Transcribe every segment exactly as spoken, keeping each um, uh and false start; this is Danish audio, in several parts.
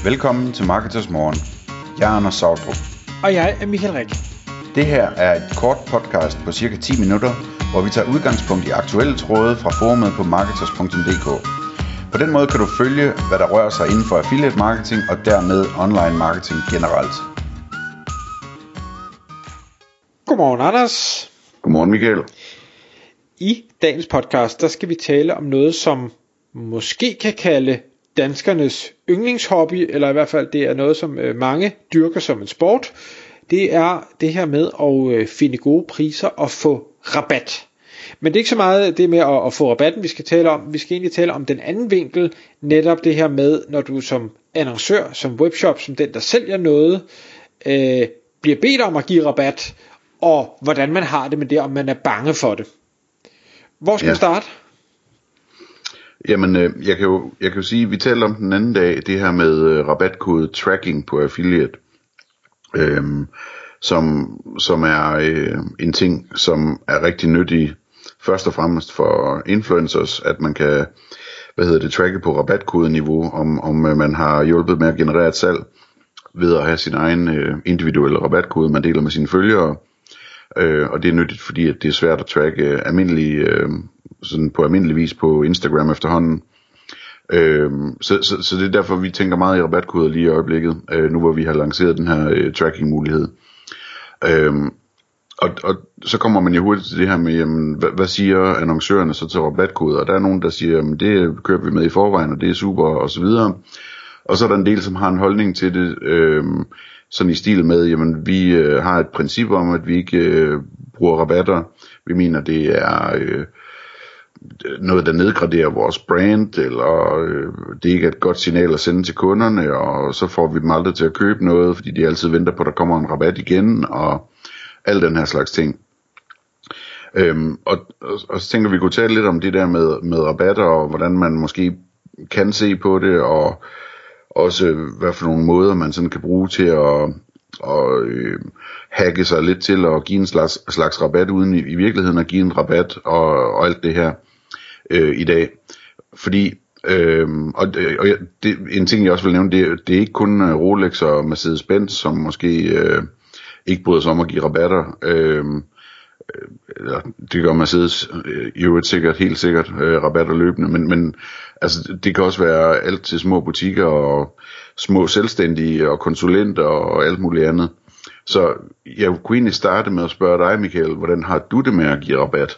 Velkommen til Marketers Morgen. Jeg er Anders Sautrup. Og jeg er Michael Rik. Det her er et kort podcast på cirka ti minutter, hvor vi tager udgangspunkt i aktuelle tråde fra forumet på marketers punktum d k. På den måde kan du følge, hvad der rører sig inden for affiliate marketing og dermed online marketing generelt. Godmorgen, Anders. Godmorgen, Michael. I dagens podcast, der skal vi tale om noget, som måske kan kalde danskernes yndlingshobby, eller i hvert fald det er noget, som mange dyrker som en sport. Det er det her med at finde gode priser og få rabat. Men det er ikke så meget det med at få rabatten, vi skal tale om. Vi skal egentlig tale om den anden vinkel, netop det her med, når du som annoncør, som webshop, som den, der sælger noget, øh, bliver bedt om at give rabat, og hvordan man har det med det, om man er bange for det. Hvor skal ja. vi starte? Jamen, øh, jeg, kan jo, jeg kan jo sige, at vi talte om den anden dag, det her med øh, rabatkode tracking på affiliate, øh, som, som er øh, en ting, som er rigtig nyttig, først og fremmest for influencers, at man kan, hvad hedder det, tracke på rabatkodeniveau, om, om man har hjulpet med at generere et salg, ved at have sin egen øh, individuelle rabatkode, man deler med sine følgere. Øh, og det er nyttigt, fordi at det er svært at tracke almindelig, øh, sådan på almindelig vis på Instagram efterhånden. Øh, så, så, så det er derfor, vi tænker meget i rabatkoder lige i øjeblikket, øh, nu hvor vi har lanceret den her øh, tracking-mulighed. Øh, og, og så kommer man jo hurtigt til det her med, jamen, hvad, hvad siger annoncørerne så til rabatkoder? Og der er nogen, der siger, jamen, det kører vi med i forvejen, og det er super, og så videre. Og så er der en del, som har en holdning til det, øh, sådan i stil med, jamen vi øh, har et princip om, at vi ikke øh, bruger rabatter. Vi mener, det er øh, noget, der nedgraderer vores brand, eller øh, det ikke er et godt signal at sende til kunderne, og så får vi dem aldrig til at købe noget, fordi de altid venter på, at der kommer en rabat igen, og al den her slags ting. Øhm, og, og, og så tænker vi, vi kunne tale lidt om det der med, med rabatter, og hvordan man måske kan se på det, og også hvad for nogle måder man sådan kan bruge til at, at øh, hacke sig lidt til at give en slags, slags rabat uden i, i virkeligheden at give en rabat og, og alt det her øh, i dag. Fordi øh, og, og det, en ting jeg også vil nævne, det, det er ikke kun Rolex og Mercedes-Benz, som måske øh, ikke bryder sig om at give rabatter. Øh, det gør Mercedes øh, i øvrigt sikkert, helt sikkert øh, rabatter løbende, men, men altså, det kan også være alt til små butikker og små selvstændige og konsulenter og alt muligt andet. Så jeg kunne egentlig starte med at spørge dig, Michael, hvordan har du det med at give rabat?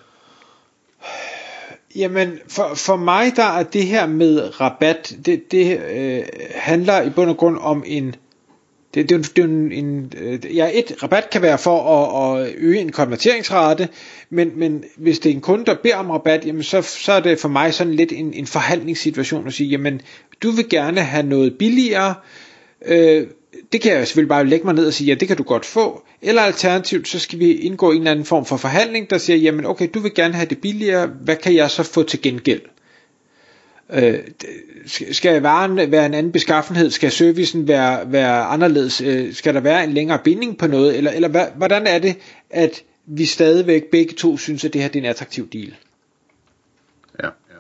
Jamen, for, for mig der er det her med rabat, det, det øh, handler i bund og grund om en Det, det, det er en, en, ja, et rabat kan være for at, at øge en konverteringsrate, men, men hvis det er en kunde, der beder om rabat, jamen så, så er det for mig sådan lidt en, en forhandlingssituation at sige, jamen du vil gerne have noget billigere, øh, det kan jeg selvfølgelig bare lægge mig ned og sige, ja det kan du godt få, eller alternativt så skal vi indgå i en eller anden form for forhandling, der siger, jamen okay, du vil gerne have det billigere, hvad kan jeg så få til gengæld? Øh, skal varen være en anden beskaffenhed, skal servicen være, være anderledes, øh, skal der være en længere binding på noget, eller, eller hvad, hvordan er det, at vi stadigvæk begge to synes, at det her det er en attraktiv deal? Ja, ja.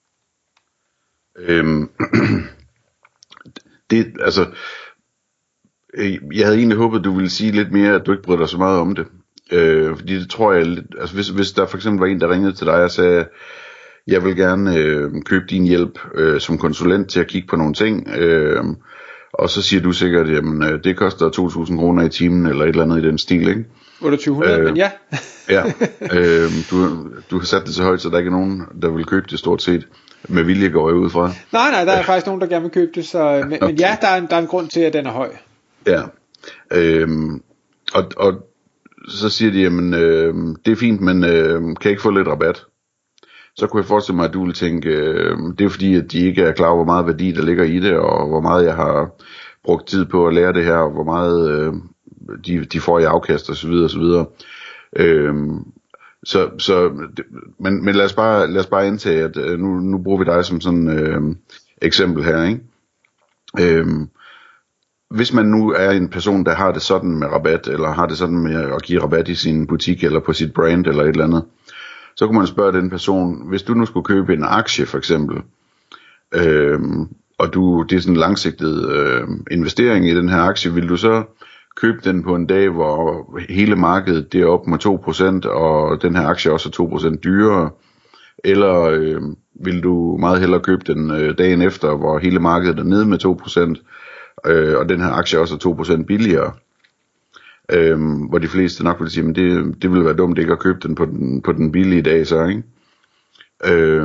Øhm, det, altså, jeg havde egentlig håbet, du ville sige lidt mere, at du ikke bryder dig så meget om det, øh, fordi det tror jeg, altså hvis, hvis der for eksempel var en, der ringede til dig og sagde, jeg vil gerne øh, købe din hjælp øh, som konsulent til at kigge på nogle ting, øh, og så siger du sikkert, jamen øh, det koster to tusind kroner i timen, eller et eller andet i den stil, ikke? otteogtyve hundrede, øh, men ja. ja, øh, du, du har sat det så højt, så der ikke er nogen, der vil købe det stort set. Med vilje går jeg ud fra. Nej, nej, der er faktisk nogen, der gerne vil købe det, så, men, okay. men ja, der er, en, der er en grund til, at den er høj. Ja, øh, og, og så siger de, jamen øh, det er fint, men øh, kan jeg ikke få lidt rabat? Så kunne jeg forestille mig, at du ville tænke, øh, det er fordi, at de ikke er klar over, hvor meget værdi der ligger i det, og hvor meget jeg har brugt tid på at lære det her, og hvor meget øh, de, de får i afkast, og så videre, og så videre. Øh, så, så, men, men lad os bare, lad os bare indtage, at øh, nu, nu bruger vi dig som sådan øh, eksempel her, ikke? Øh, hvis man nu er en person, der har det sådan med rabat, eller har det sådan med at give rabat i sin butik, eller på sit brand, eller et eller andet, så kunne man spørge den person, hvis du nu skulle købe en aktie for eksempel, øhm, og du, det er sådan en langsigtet øh, investering i den her aktie, vil du så købe den på en dag, hvor hele markedet det er op med to procent, og den her aktie også er to procent dyrere, eller øh, vil du meget hellere købe den øh, dagen efter, hvor hele markedet er nede med to procent, øh, og den her aktie også er to procent billigere, øh, hvor de fleste nok vil sige, men det, det ville være dumt ikke at købe den på den, på den billige dag så, ikke? Øh,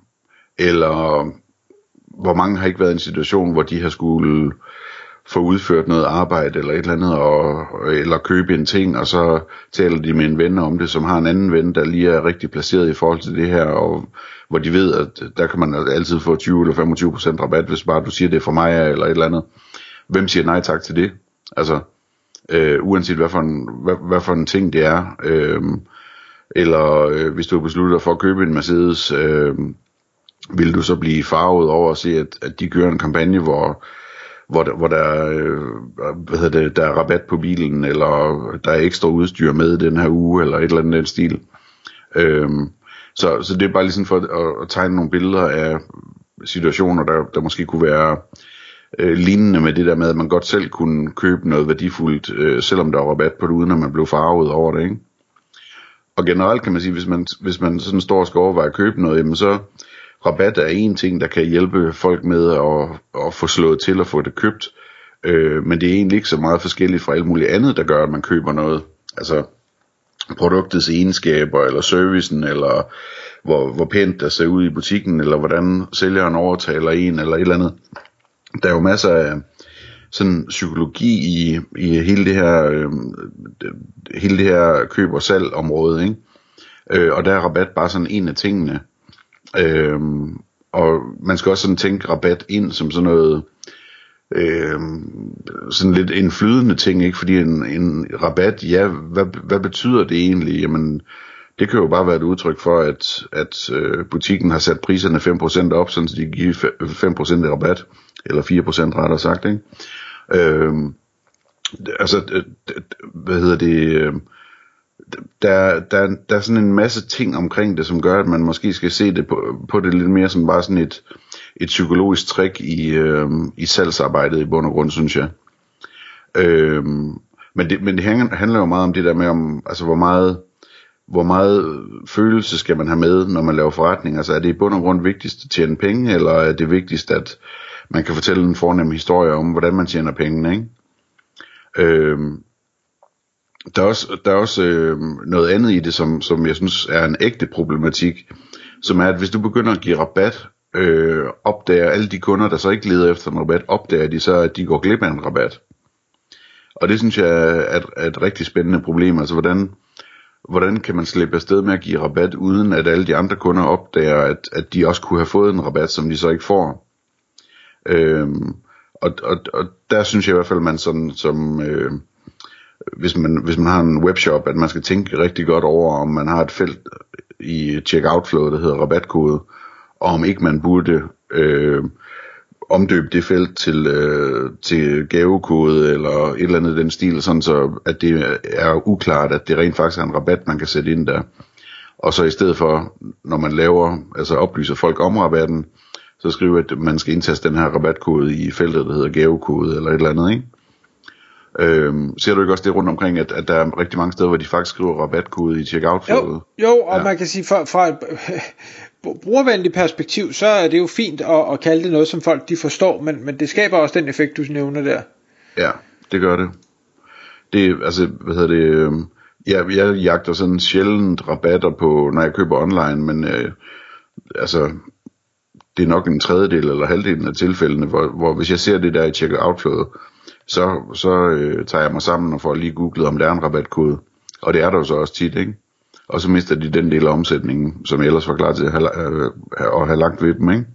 eller hvor mange har ikke været i en situation, hvor de har skulle få udført noget arbejde eller et eller andet, og, eller købe en ting, og så taler de med en ven om det, som har en anden ven, der lige er rigtig placeret i forhold til det her, og hvor de ved, at der kan man altid få tyve eller femogtyve procent rabat, hvis bare du siger det for mig, eller et eller andet. Hvem siger nej tak til det? Altså, øh, uanset hvad for, en, hvad, hvad for en ting det er, øh, eller øh, hvis du beslutter for at købe en Mercedes, øh, vil du så blive farvet over at se, at, at de kører en kampagne, hvor hvor der, hvor der, øh, hvad hedder det, der er rabat på bilen, eller der er ekstra udstyr med den her uge, eller et eller andet den stil. Øhm, så, så det er bare ligesom for at, at tegne nogle billeder af situationer, der, der måske kunne være øh, lignende med det der med, at man godt selv kunne købe noget værdifuldt, øh, selvom der var rabat på det, uden at man blev farvet over det, ikke? Og generelt kan man sige, hvis man, hvis man sådan står og skal overveje at købe noget, jamen så rabat er en ting, der kan hjælpe folk med at, at få slået til og få det købt, øh, men det er egentlig ikke så meget forskelligt fra alt muligt andet, der gør, at man køber noget. Altså produktets egenskaber, eller servicen, eller hvor, hvor pænt der ser ud i butikken, eller hvordan sælgeren overtaler en, eller et eller andet. Der er jo masser af sådan psykologi i, i hele det her øh, hele det her køb- og salg-område, ikke? Øh, og der er rabat bare sådan en af tingene. Øhm, og man skal også sådan tænke rabat ind som sådan noget øhm, sådan lidt en flydende ting, ikke? Fordi en, en rabat, ja, hvad, hvad betyder det egentlig? Jamen, det kan jo bare være et udtryk for, at, at øh, butikken har sat priserne fem procent op, sådan så de giver fem procent i rabat, eller fire procent rettere sagt, ikke? Øhm, altså, hvad hedder det... Øh, Der, der, der er sådan en masse ting omkring det, som gør, at man måske skal se det på, på det lidt mere som bare sådan et, et psykologisk trick i, øh, i salgsarbejdet i bund og grund, synes jeg. Øh, men det, men det handler jo meget om det der med, om, altså hvor meget, hvor meget følelse skal man have med, når man laver forretning. Altså er det i bund og grund vigtigst at tjene penge, eller er det vigtigst, at man kan fortælle en fornem historie om, hvordan man tjener pengene, ikke? Øh, Der er også, der er også øh, noget andet i det, som, som jeg synes er en ægte problematik, som er, at hvis du begynder at give rabat, øh, opdager alle de kunder, der så ikke leder efter en rabat, opdager de så, at de går glip af en rabat. Og det synes jeg er et, er et rigtig spændende problem. Altså hvordan, hvordan kan man slippe afsted med at give rabat, uden at alle de andre kunder opdager, at, at de også kunne have fået en rabat, som de så ikke får. Øh, og, og, og der synes jeg i hvert fald, man sådan som... Øh, Hvis man, hvis man har en webshop, at man skal tænke rigtig godt over, om man har et felt i checkout-flowet, der hedder rabatkode, og om ikke man burde øh, omdøbe det felt til, øh, til gavekode, eller et eller andet den stil, sådan så at det er uklart, at det rent faktisk er en rabat, man kan sætte ind der. Og så i stedet for, når man laver, altså oplyser folk om rabatten, så skriver at man skal indtaste den her rabatkode i feltet, der hedder gavekode, eller et eller andet, ikke? Øhm, ser du ikke også det rundt omkring, at, at der er rigtig mange steder, hvor de faktisk skriver rabatkode i checkout-flowet? Jo, jo, og ja. Man kan sige, fra, fra et brugervenligt perspektiv, så er det jo fint at, at kalde det noget, som folk de forstår, men, men det skaber også den effekt, du nævner der. Ja, det gør det. Det, altså, hvad hedder det, jeg, jeg jagter sådan sjældent rabatter på, når jeg køber online, men øh, altså, det er nok en tredjedel eller halvdelen af tilfældene, hvor, hvor hvis jeg ser det der i checkout-flowet, så, så øh, tager jeg mig sammen og får lige googlet, om der er en rabatkode. Og det er der jo så også tit, ikke? Og så mister de den del af omsætningen, som jeg ellers var klar til at have, øh, at have lagt ved dem, ikke?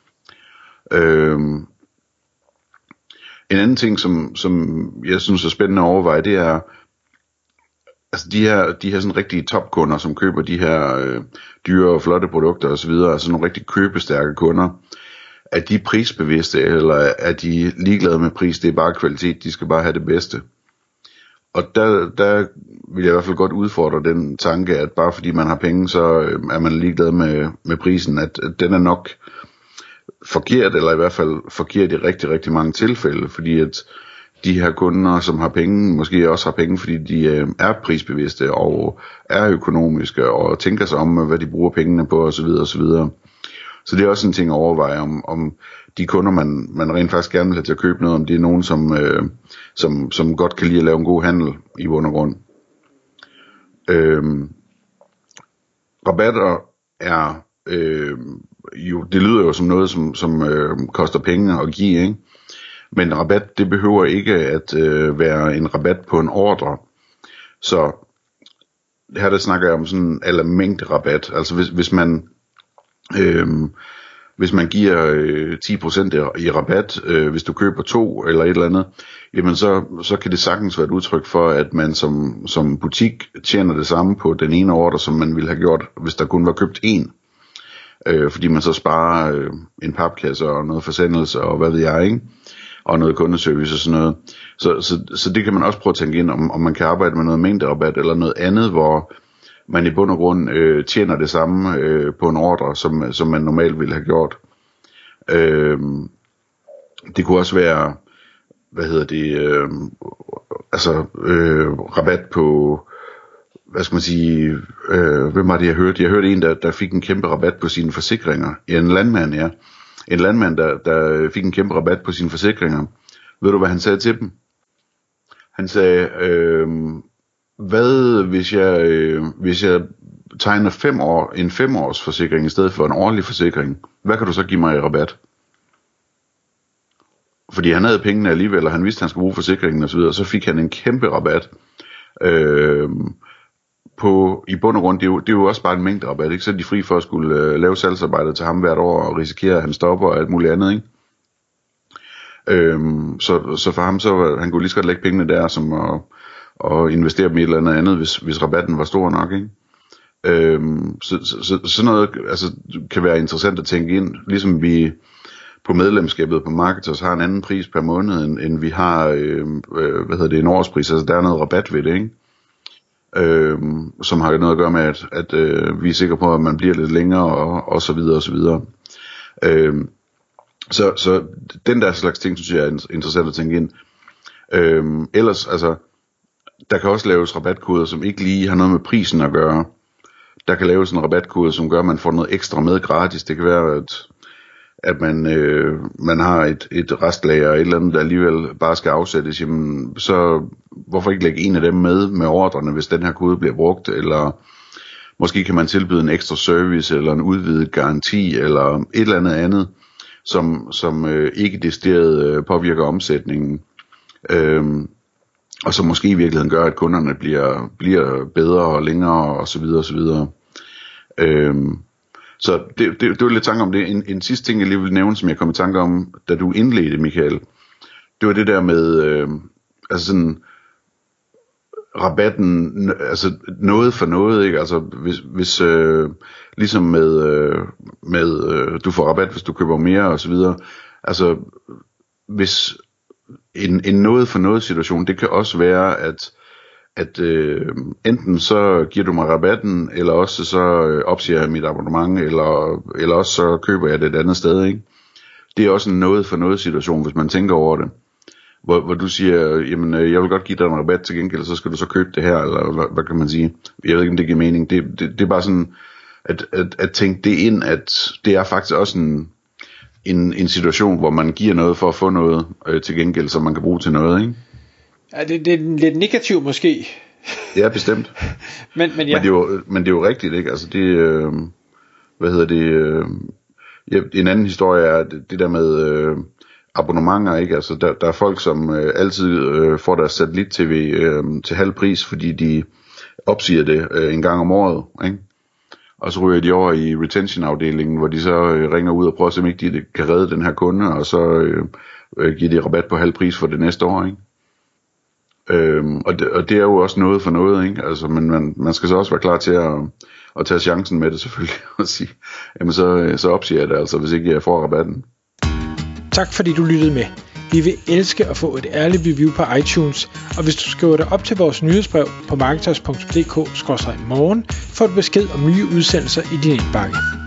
Øhm. En anden ting, som, som jeg synes er spændende at overveje, det er, altså de her, de her sådan rigtige topkunder, som køber de her øh, dyre og flotte produkter osv., altså nogle rigtig købestærke kunder. Er de prisbevidste, eller er de ligeglade med pris? Det er bare kvalitet, de skal bare have det bedste. Og der, der vil jeg i hvert fald godt udfordre den tanke, at bare fordi man har penge, så er man ligeglad med, med prisen, at, at den er nok forkert, eller i hvert fald forkert i rigtig, rigtig mange tilfælde, fordi at de her kunder, som har penge, måske også har penge, fordi de øh, er prisbevidste og er økonomiske og tænker sig om, hvad de bruger pengene på osv. osv. Så det er også en ting at overveje, om, om de kunder, man, man rent faktisk gerne vil have til at købe noget, om det er nogen, som, øh, som, som godt kan lide at lave en god handel i bund og grund. Øhm, rabatter er øh, jo, det lyder jo som noget, som, som øh, koster penge at give, ikke? Men rabat, det behøver ikke at øh, være en rabat på en ordre. Så her der snakker jeg om sådan en eller mængde rabat. Altså hvis, hvis man øh, hvis man giver øh, ti procent i rabat, øh, hvis du køber to eller et eller andet, jamen så, så kan det sagtens være et udtryk for, at man som, som butik tjener det samme på den ene ordre, som man ville have gjort, hvis der kun var købt én. Øh, fordi man så sparer øh, en papkasse og noget forsendelse og hvad ved jeg, ikke? Og noget kundeservice og sådan noget. Så, så, så det kan man også prøve at tænke ind, om, om man kan arbejde med noget mængderabat eller noget andet, hvor man i bund og grund øh, tjener det samme øh, på en ordre, som, som man normalt ville have gjort. Øh, det kunne også være, hvad hedder det, øh, altså øh, rabat på, hvad skal man sige, øh, hvem var det jeg hørte? Jeg hørte en, der, der fik en kæmpe rabat på sine forsikringer. Ja, en landmand, ja. En landmand, der, der fik en kæmpe rabat på sine forsikringer. Ved du, hvad han sagde til dem? Han sagde, øh, hvad hvis jeg, øh, hvis jeg tegner fem år, en femårs forsikring i stedet for en årlig forsikring? Hvad kan du så give mig i rabat? Fordi han havde pengene alligevel, og han vidste, at han skulle bruge forsikringen osv., og så fik han en kæmpe rabat. Øh, på, i bund og grund, det er, jo, det er jo også bare en mængde rabat, ikke? Så er de fri for at skulle øh, lave salgsarbejdet til ham hvert år, og risikere, at han stopper og alt muligt andet, ikke? Øhm, så, så for ham, så han kunne lige så godt lægge pengene der, som at, at investere dem i et eller andet andet, hvis, hvis rabatten var stor nok, ikke? Øhm, så, så, så sådan noget altså, kan være interessant at tænke ind, ligesom vi på medlemskabet på Marketers har en anden pris per måned, end, end vi har, øh, øh, hvad hedder det, en årspris, altså der er noget rabat ved det, ikke? Øhm, som har noget at gøre med, at, at øh, vi er sikre på, at man bliver lidt længere, og, og så videre, og så videre. Øhm, så, så den der slags ting, synes jeg er interessant at tænke ind. Øhm, ellers, altså, der kan også laves rabatkoder, som ikke lige har noget med prisen at gøre. Der kan laves en rabatkode, som gør, at man får noget ekstra med gratis. Det kan være, at, at man, øh, man har et, et restlager, et eller andet, der alligevel bare skal afsættes. Jamen, så hvorfor ikke lægge en af dem med med ordrene, hvis den her kode bliver brugt? Eller måske kan man tilbyde en ekstra service, eller en udvidet garanti, eller et eller andet andet, som, som øh, ikke decideret øh, påvirker omsætningen. Øhm, og som måske i virkeligheden gør, at kunderne bliver, bliver bedre og længere, og så videre, og så videre. Øhm, så det, det, det var lidt tanke om det. En, en sidste ting, jeg lige vil nævne, som jeg kom i tanke om, da du indledte, Michael, det var det der med, øh, altså sådan, rabatten, altså noget for noget, ikke? Altså hvis, hvis øh, ligesom med, øh, med øh, du får rabat, hvis du køber mere, og så videre. Altså, hvis en, en noget for noget situation, det kan også være, at at øh, enten så giver du mig rabatten, eller også så øh, opsiger jeg mit abonnement, eller, eller også så køber jeg det et andet sted, ikke? Det er også en noget for noget situation, hvis man tænker over det. Hvor, hvor du siger, jamen øh, jeg vil godt give dig en rabat til gengæld, så skal du så købe det her, eller hvad, hvad kan man sige? Jeg ved ikke, om det giver mening. Det, det, det er bare sådan, at, at, at tænke det ind, at det er faktisk også en, en, en situation, hvor man giver noget for at få noget øh, til gengæld, som man kan bruge til noget, ikke? Ja, det, det er lidt negativt måske. Ja, bestemt. men, men, ja. men, det er jo, men det er jo rigtigt, ikke? Altså det, øh, hvad hedder det, øh, ja, en anden historie er det, det der med øh, abonnementer, ikke? Altså der, der er folk, som øh, altid øh, får deres satellit-tv øh, til halv pris, fordi de opsiger det øh, en gang om året, ikke? Og så ryger de over i retention-afdelingen, hvor de så øh, ringer ud og prøver at se, om ikke de kan redde den her kunde, og så øh, øh, giver de rabat på halv pris for det næste år, ikke? Øhm, og, det, og det er jo også noget for noget, ikke? Altså, men man, man skal så også være klar til at, at tage chancen med det selvfølgelig, og sige, jamen så, så opsiger jeg det altså, hvis ikke jeg får rabatten. Tak fordi du lyttede med. Vi vil elske at få et ærligt review på iTunes, og hvis du skriver dig op til vores nyhedsbrev på marketers punktum d k skråstreg morgen, får du besked om nye udsendelser i din indbakke.